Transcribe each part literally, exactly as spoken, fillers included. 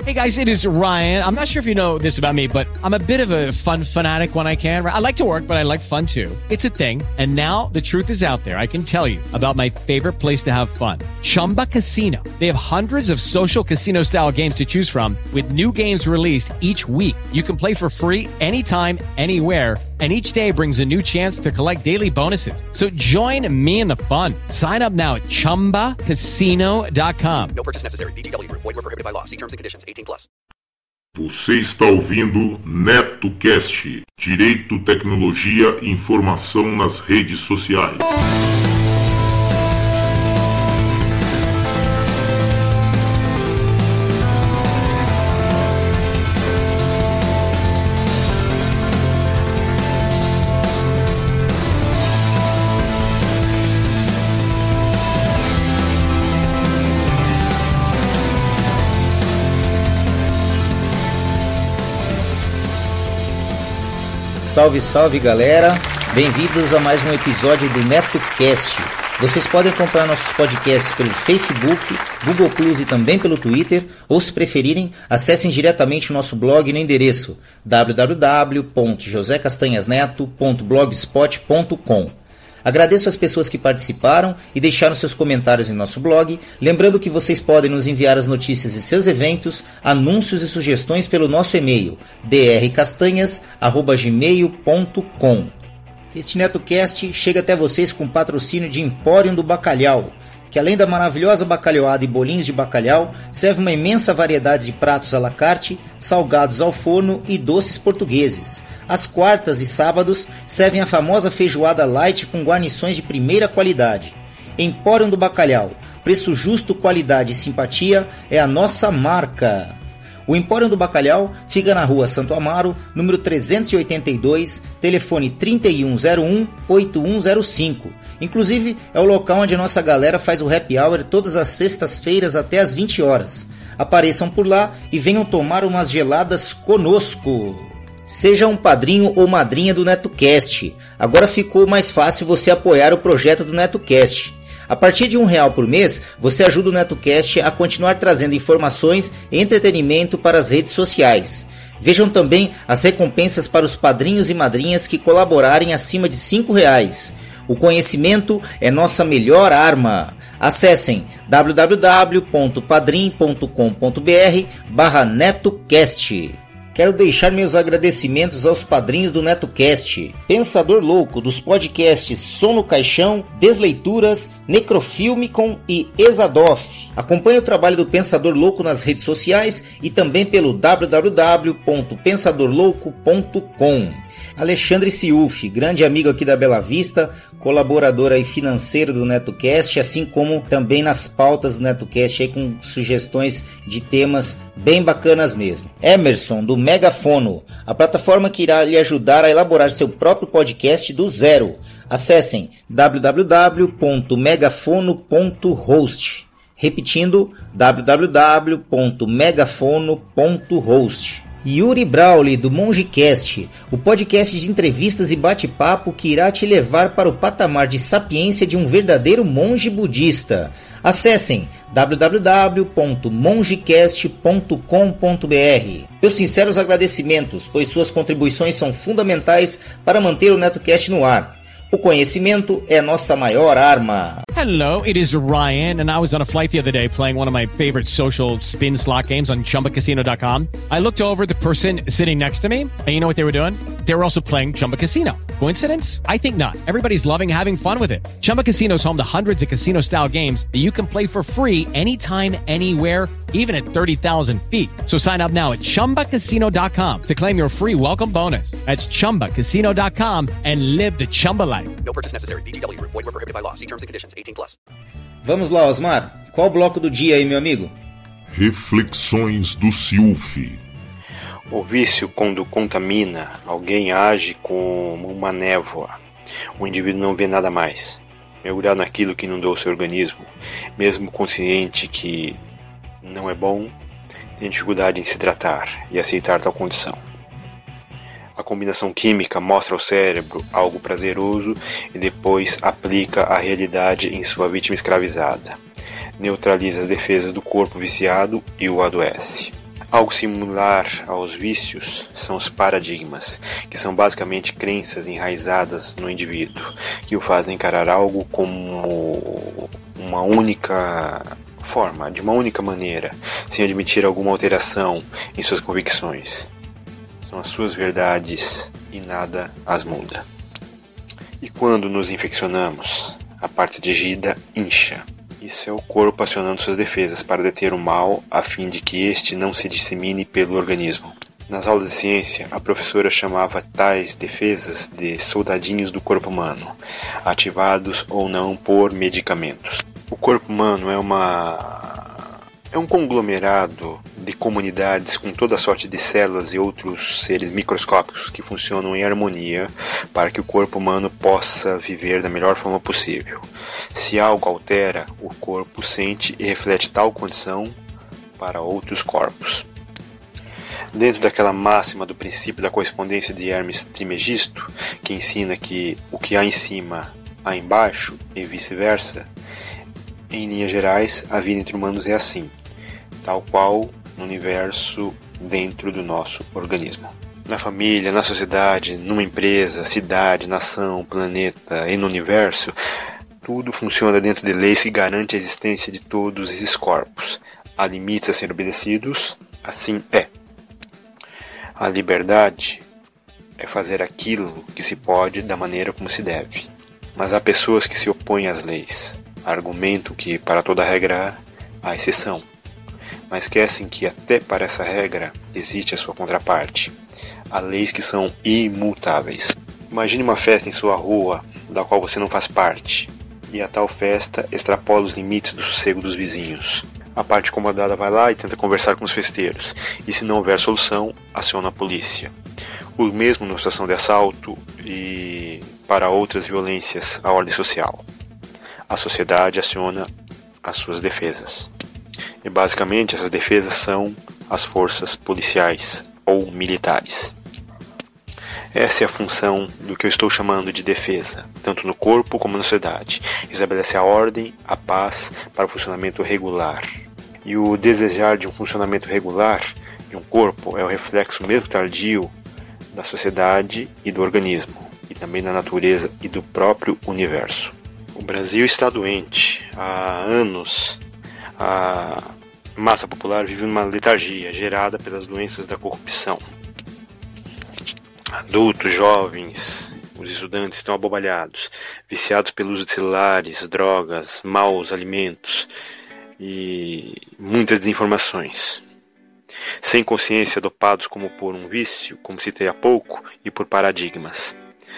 Hey guys, it is Ryan. I'm not sure if you know this about me, but I'm a bit of a fun fanatic when I can. I like to work, but I like fun too. It's a thing. And now the truth is out there. I can tell you about my favorite place to have fun. Chumba Casino. They have hundreds of social casino style games to choose from with new games released each week. You can play for free anytime, anywhere. And each day brings a new chance to collect daily bonuses. So join me in the fun. Sign up now at chumba casino dot com. No purchase necessary. V G W Group. Void where prohibited by law. See terms and conditions. eighteen plus. Você está ouvindo NetoCast. Direito, tecnologia e informação nas redes sociais. Salve, salve galera, bem-vindos a mais um episódio do NetoCast. Vocês podem acompanhar nossos podcasts pelo Facebook, Google Plus e também pelo Twitter, ou se preferirem, acessem diretamente o nosso blog no endereço w w w ponto josé castanhas neto ponto blogspot ponto com. Agradeço as pessoas que participaram e deixaram seus comentários em nosso blog, lembrando que vocês podem nos enviar as notícias de seus eventos, anúncios e sugestões pelo nosso e-mail d r castanhas arroba gmail ponto com. Este NetoCast chega até vocês com patrocínio de Empório do Bacalhau, que além da maravilhosa bacalhoada e bolinhos de bacalhau, serve uma imensa variedade de pratos à la carte, salgados ao forno e doces portugueses. Às quartas e sábados, servem a famosa feijoada light com guarnições de primeira qualidade. Empório do Bacalhau, preço justo, qualidade e simpatia é a nossa marca. O Empório do Bacalhau fica na rua Santo Amaro, número trezentos e oitenta e dois, telefone trinta e um zero um, oito um zero cinco. Inclusive, é o local onde a nossa galera faz o happy hour todas as sextas-feiras até às vinte horas. Apareçam por lá e venham tomar umas geladas conosco. Seja um padrinho ou madrinha do NetoCast. Agora ficou mais fácil você apoiar o projeto do NetoCast. A partir de um real por mês, você ajuda o NetoCast a continuar trazendo informações e entretenimento para as redes sociais. Vejam também as recompensas para os padrinhos e madrinhas que colaborarem acima de cinco reais. O conhecimento é nossa melhor arma. Acessem w w w ponto padrim ponto com ponto b r barra NetoCast. Quero deixar meus agradecimentos aos padrinhos do NetoCast: Pensador Louco, dos podcasts Som no Caixão, Desleituras, Necrofilmicon e Exadoff. Acompanhe o trabalho do Pensador Louco nas redes sociais e também pelo w w w ponto pensador louco ponto com. Alexandre Ciufi, grande amigo aqui da Bela Vista, colaborador aí financeiro do NetoCast, assim como também nas pautas do NetoCast aí com sugestões de temas bem bacanas mesmo. Emerson, do Megafono, a plataforma que irá lhe ajudar a elaborar seu próprio podcast do zero. Acessem w w w ponto megafono ponto host. Repetindo, w w w ponto megafono ponto host. Yuri Brawley, do MongeCast, o podcast de entrevistas e bate-papo que irá te levar para o patamar de sapiência de um verdadeiro monge budista. Acessem w w w ponto mongecast ponto com ponto b r. Meus sinceros agradecimentos, pois suas contribuições são fundamentais para manter o NetoCast no ar. O conhecimento é nossa maior arma. Hello, it is Ryan, and I was on a flight the other day playing one of my favorite social spin slot games on chumba casino dot com. I looked over at the person sitting next to me, and you know what they were doing? They were also playing Chumba Casino. Coincidence? I think not. Everybody's loving having fun with it. Chumba Casino is home to hundreds of casino-style games that you can play for free anytime, anywhere, even at thirty thousand feet. So sign up now at chumba casino dot com to claim your free welcome bonus. That's chumba casino dot com and live the Chumba life. No purchase necessary. V G W Group. Void where prohibited by law. See terms and conditions. eighteen plus. Vamos lá, Osmar. Qual o bloco do dia aí, meu amigo? Reflexões do Ciufi. O vício, quando contamina, alguém age como uma névoa. O indivíduo não vê nada mais. Mergulhar naquilo que inundou seu organismo, mesmo consciente que não é bom, tem dificuldade em se tratar e aceitar tal condição. A combinação química mostra ao cérebro algo prazeroso e depois aplica a realidade em sua vítima escravizada. Neutraliza as defesas do corpo viciado e o adoece. Algo similar aos vícios são os paradigmas, que são basicamente crenças enraizadas no indivíduo, que o fazem encarar algo como uma única forma, de uma única maneira, sem admitir alguma alteração em suas convicções. São as suas verdades e nada as muda. E quando nos infeccionamos, a parte digida incha. Isso é o corpo acionando suas defesas para deter o mal, a fim de que este não se dissemine pelo organismo. Nas aulas de ciência, a professora chamava tais defesas de soldadinhos do corpo humano, ativados ou não por medicamentos. O corpo humano é uma é um conglomerado de comunidades com toda sorte de células e outros seres microscópicos que funcionam em harmonia para que o corpo humano possa viver da melhor forma possível. Se algo altera, o corpo sente e reflete tal condição para outros corpos. Dentro daquela máxima do princípio da correspondência de Hermes Trismegisto, que ensina que o que há em cima há embaixo e vice-versa, em linhas gerais, a vida entre humanos é assim, tal qual no universo dentro do nosso organismo. Na família, na sociedade, numa empresa, cidade, nação, planeta e no universo, tudo funciona dentro de leis que garantem a existência de todos esses corpos. Há limites a serem obedecidos, assim é. A liberdade é fazer aquilo que se pode da maneira como se deve. Mas há pessoas que se opõem às leis. Argumentam que para toda regra há exceção, mas esquecem que até para essa regra existe a sua contraparte. Há leis que são imutáveis. Imagine uma festa em sua rua, da qual você não faz parte, e a tal festa extrapola os limites do sossego dos vizinhos. A parte incomodada vai lá e tenta conversar com os festeiros, e se não houver solução, aciona a polícia. O mesmo numa situação de assalto e para outras violências à ordem social. A sociedade aciona as suas defesas. E basicamente essas defesas são as forças policiais ou militares. Essa é a função do que eu estou chamando de defesa, tanto no corpo como na sociedade. Estabelece a ordem, a paz para o funcionamento regular. E o desejar de um funcionamento regular de um corpo é o reflexo mesmo tardio da sociedade e do organismo, e também da natureza e do próprio universo. O Brasil está doente. Há anos, a massa popular vive uma letargia gerada pelas doenças da corrupção. Adultos, jovens, os estudantes estão abobalhados, viciados pelo uso de celulares, drogas, maus alimentos e muitas desinformações. Sem consciência, dopados como por um vício, como citei há pouco, e por paradigmas.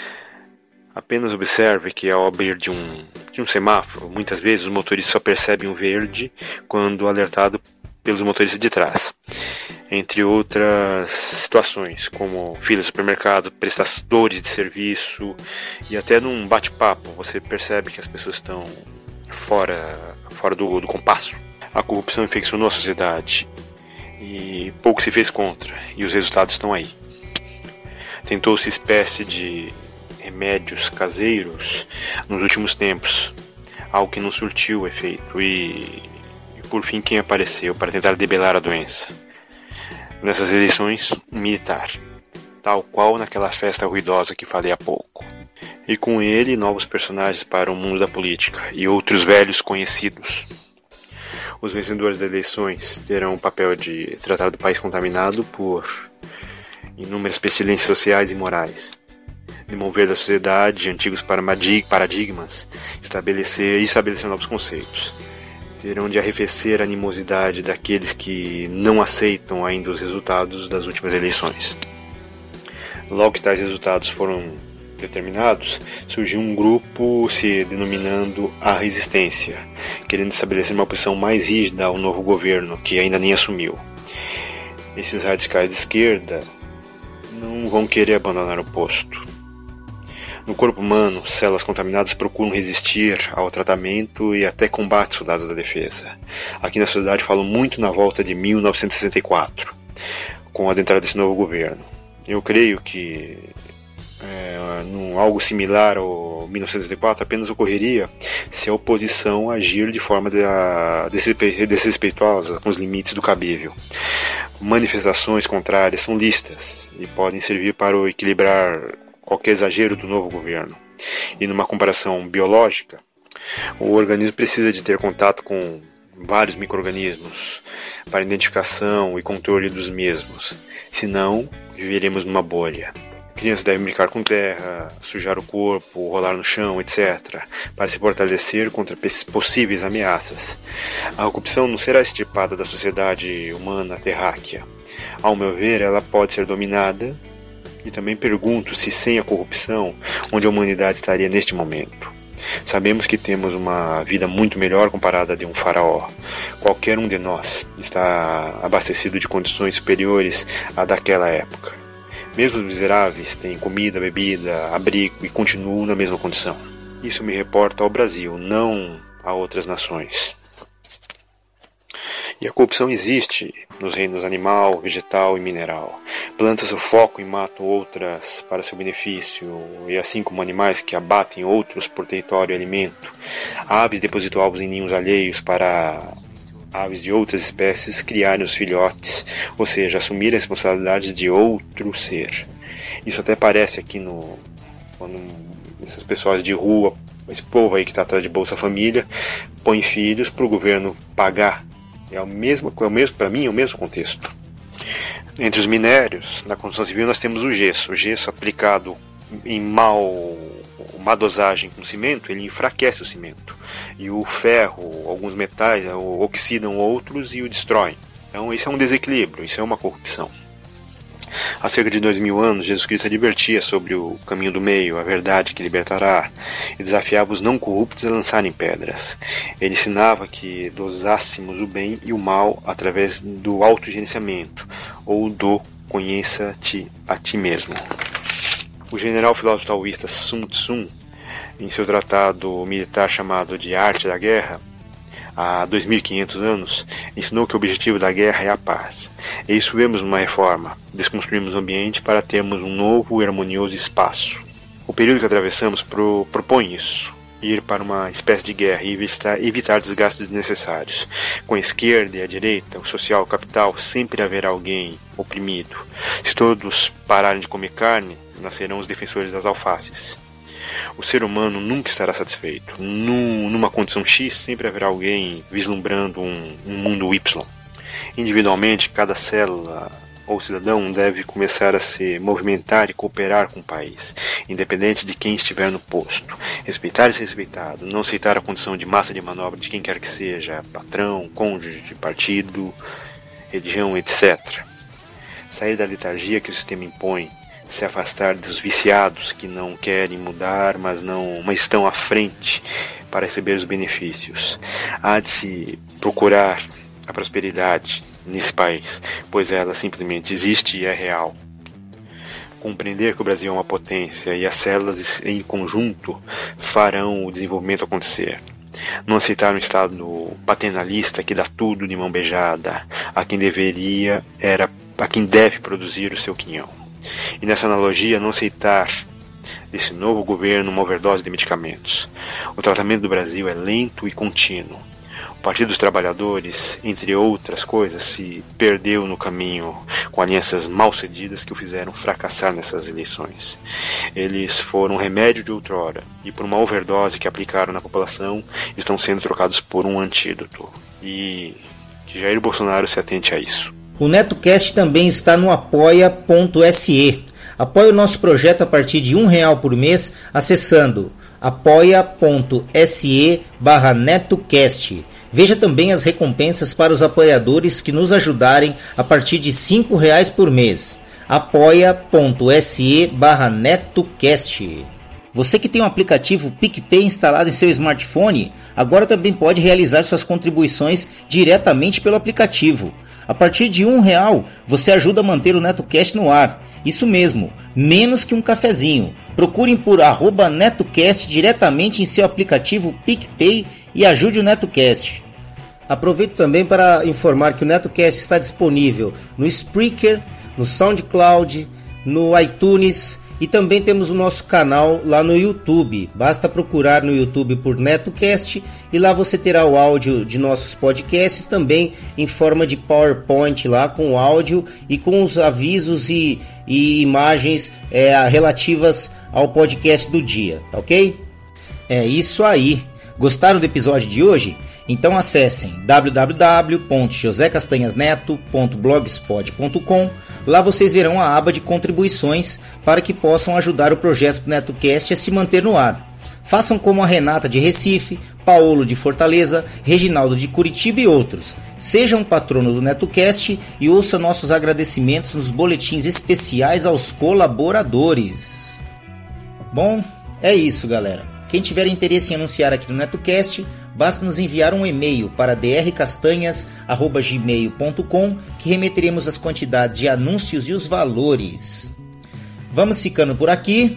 Apenas observe que ao abrir de um, de um semáforo, muitas vezes os motoristas só percebem um verde quando alertado pelos motoristas de trás. Entre outras situações, como fila de supermercado, prestadores de serviço e até num bate-papo, você percebe que as pessoas estão fora, fora do, do compasso. A corrupção infeccionou a sociedade e pouco se fez contra, e os resultados estão aí. Tentou-se espécie de remédios caseiros nos últimos tempos, algo que não surtiu efeito, e, e por fim quem apareceu para tentar debelar a doença? Nessas eleições, um militar, tal qual naquela festa ruidosa que falei há pouco, e com ele novos personagens para o mundo da política e outros velhos conhecidos. Os vencedores das eleições terão o papel de tratar do país contaminado por inúmeras pestilências sociais e morais, demover da sociedade antigos paradigmas, estabelecer e estabelecer novos conceitos. Terão de arrefecer a animosidade daqueles que não aceitam ainda os resultados das últimas eleições. Logo que tais resultados foram determinados, surgiu um grupo se denominando a Resistência, querendo estabelecer uma posição mais rígida ao novo governo, que ainda nem assumiu. Esses radicais de esquerda não vão querer abandonar o posto. No corpo humano, células contaminadas procuram resistir ao tratamento e até combate soldados da defesa. Aqui na sociedade falam muito na volta de mil novecentos e sessenta e quatro, com a entrada desse novo governo. Eu creio que é, num, algo similar ao mil novecentos e setenta e quatro apenas ocorreria se a oposição agir de forma de, a, desrespeitosa com os limites do cabível. Manifestações contrárias são lícitas e podem servir para equilibrar qualquer exagero do novo governo. E numa comparação biológica, o organismo precisa de ter contato com vários micro-organismos para identificação e controle dos mesmos, senão viveremos numa bolha. Crianças devem brincar com terra, sujar o corpo, rolar no chão, etcétera, para se fortalecer contra possíveis ameaças. A corrupção não será extirpada da sociedade humana terráquea. Ao meu ver, ela pode ser dominada, e também pergunto se sem a corrupção, onde a humanidade estaria neste momento. Sabemos que temos uma vida muito melhor comparada a de um faraó. Qualquer um de nós está abastecido de condições superiores à daquela época. Mesmo os miseráveis têm comida, bebida, abrigo e continuam na mesma condição. Isso me reporta ao Brasil, não a outras nações. E a corrupção existe nos reinos animal, vegetal e mineral. Plantas sufocam e matam outras para seu benefício, e assim como animais que abatem outros por território e alimento. Aves depositam ovos em ninhos alheios para aves de outras espécies criarem os filhotes, ou seja, assumir a responsabilidade de outro ser. Isso até parece aqui no quando essas pessoas de rua, esse povo aí que está atrás de Bolsa Família, põe filhos para o governo pagar. É o mesmo, é o mesmo para mim, é o mesmo contexto. Entre os minérios, na construção civil nós temos o gesso. O gesso aplicado em mal, má dosagem com cimento, ele enfraquece o cimento. E o ferro, alguns metais, oxidam outros e o destroem. Então isso é um desequilíbrio, isso é uma corrupção. Há cerca de dois mil anos, Jesus Cristo advertia sobre o caminho do meio, a verdade que libertará, e desafiava os não corruptos a lançarem pedras. Ele ensinava que dosássemos o bem e o mal através do autogerenciamento, ou do conheça-te a ti mesmo. O general filósofo taoísta Sun Tzu, em seu tratado militar chamado de Arte da Guerra, há dois mil e quinhentos anos, ensinou que o objetivo da guerra é a paz. E isso vemos numa reforma, desconstruímos o ambiente para termos um novo e harmonioso espaço. O período que atravessamos pro, propõe isso, ir para uma espécie de guerra e evitar, evitar desgastes desnecessários. Com a esquerda e a direita, o social e o capital, sempre haverá alguém oprimido. Se todos pararem de comer carne, nascerão os defensores das alfaces. O ser humano nunca estará satisfeito. Num, numa condição X, sempre haverá alguém vislumbrando um, um mundo Y. Individualmente, cada célula ou cidadão deve começar a se movimentar e cooperar com o país, independente de quem estiver no posto. Respeitar e ser respeitado, não aceitar a condição de massa de manobra de quem quer que seja, patrão, cônjuge, partido, religião, etcétera. Sair da letargia que o sistema impõe, se afastar dos viciados que não querem mudar, mas não, mas estão à frente para receber os benefícios. Há de se procurar a prosperidade nesse país, pois ela simplesmente existe e é real. Compreender que o Brasil é uma potência e as células em conjunto farão o desenvolvimento acontecer. Não aceitar um Estado paternalista que dá tudo de mão beijada a quem deveria era a quem deve produzir o seu quinhão. E nessa analogia, não aceitar desse novo governo uma overdose de medicamentos. O tratamento do Brasil é lento e contínuo. O Partido dos Trabalhadores, entre outras coisas, se perdeu no caminho com alianças mal cedidas que o fizeram fracassar nessas eleições. Eles foram remédio de outrora e por uma overdose que aplicaram na população estão sendo trocados por um antídoto. E que Jair Bolsonaro se atente a isso. O NetoCast também está no apoia.se. Apoie o nosso projeto a partir de um real por mês acessando apoia.se barra NetoCast. Veja também as recompensas para os apoiadores que nos ajudarem a partir de cinco reais por mês. apoia.se barra NetoCast. Você que tem o aplicativo PicPay instalado em seu smartphone, agora também pode realizar suas contribuições diretamente pelo aplicativo. A partir de um real, você ajuda a manter o NetoCast no ar. Isso mesmo, menos que um cafezinho. Procurem por arroba NetoCast diretamente em seu aplicativo PicPay e ajude o NetoCast. Aproveito também para informar que o NetoCast está disponível no Spreaker, no SoundCloud, no iTunes E também temos o nosso canal lá no YouTube. Basta procurar no YouTube por NetoCast e lá você terá o áudio de nossos podcasts também em forma de PowerPoint lá com o áudio e com os avisos e, e imagens é, relativas ao podcast do dia, tá ok? É isso aí. Gostaram do episódio de hoje? Então acessem w w w ponto josé castanhas neto ponto blogspot ponto com. Lá vocês verão a aba de contribuições para que possam ajudar o projeto do NetoCast a se manter no ar. Façam como a Renata de Recife, Paulo de Fortaleza, Reginaldo de Curitiba e outros. Seja um patrono do NetoCast e ouça nossos agradecimentos nos boletins especiais aos colaboradores. Bom, é isso, galera. Quem tiver interesse em anunciar aqui no NetoCast, basta nos enviar um e-mail para d r castanhas arroba gmail ponto com que remeteremos as quantidades de anúncios e os valores. Vamos ficando por aqui.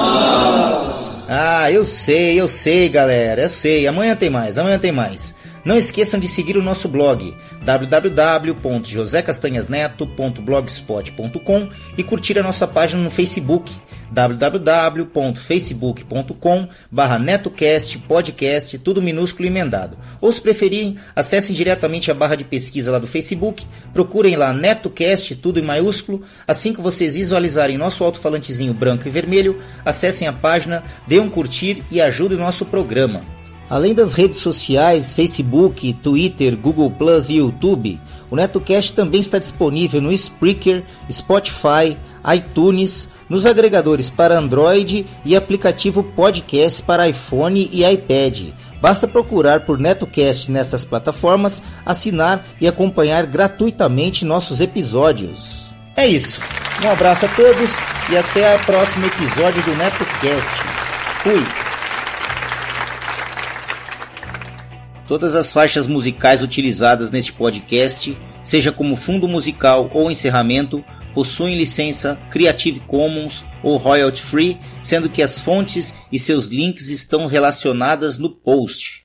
Ah, eu sei, eu sei, galera, eu sei. Amanhã tem mais, amanhã tem mais. Não esqueçam de seguir o nosso blog w w w ponto josé castanhas neto ponto blogspot ponto com e curtir a nossa página no Facebook w w w ponto facebook ponto com barra netocast podcast, tudo minúsculo e emendado. Ou se preferirem, acessem diretamente a barra de pesquisa lá do Facebook, procurem lá NetoCast, tudo em maiúsculo. Assim que vocês visualizarem nosso alto-falantezinho branco e vermelho, acessem a página, dêem um curtir e ajudem o nosso programa. Além das redes sociais, Facebook, Twitter, Google Plus e YouTube, o NetoCast também está disponível no Spreaker, Spotify, iTunes, nos agregadores para Android e aplicativo podcast para iPhone e iPad. Basta procurar por NetoCast nestas plataformas, assinar e acompanhar gratuitamente nossos episódios. É isso. Um abraço a todos e até o próximo episódio do NetoCast. Fui! Todas as faixas musicais utilizadas neste podcast, seja como fundo musical ou encerramento, possuem licença Creative Commons ou Royalty Free, sendo que as fontes e seus links estão relacionadas no post.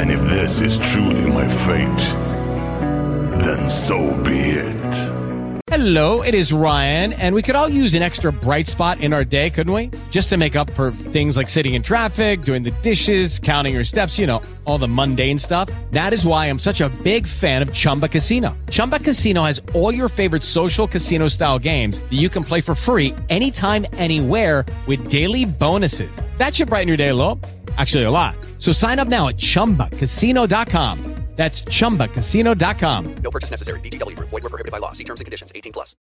And if this is truly my fate, then so be it. Hello, it is Ryan, and we could all use an extra bright spot in our day, couldn't we? Just to make up for things like sitting in traffic, doing the dishes, counting your steps, you know, all the mundane stuff. That is why I'm such a big fan of Chumba Casino. Chumba Casino has all your favorite social casino-style games that you can play for free anytime, anywhere with daily bonuses. That should brighten your day a little. Actually, a lot. So sign up now at chumba casino dot com. That's chumba casino dot com. No purchase necessary. V G W Group. Void where prohibited by law. See terms and conditions. eighteen plus.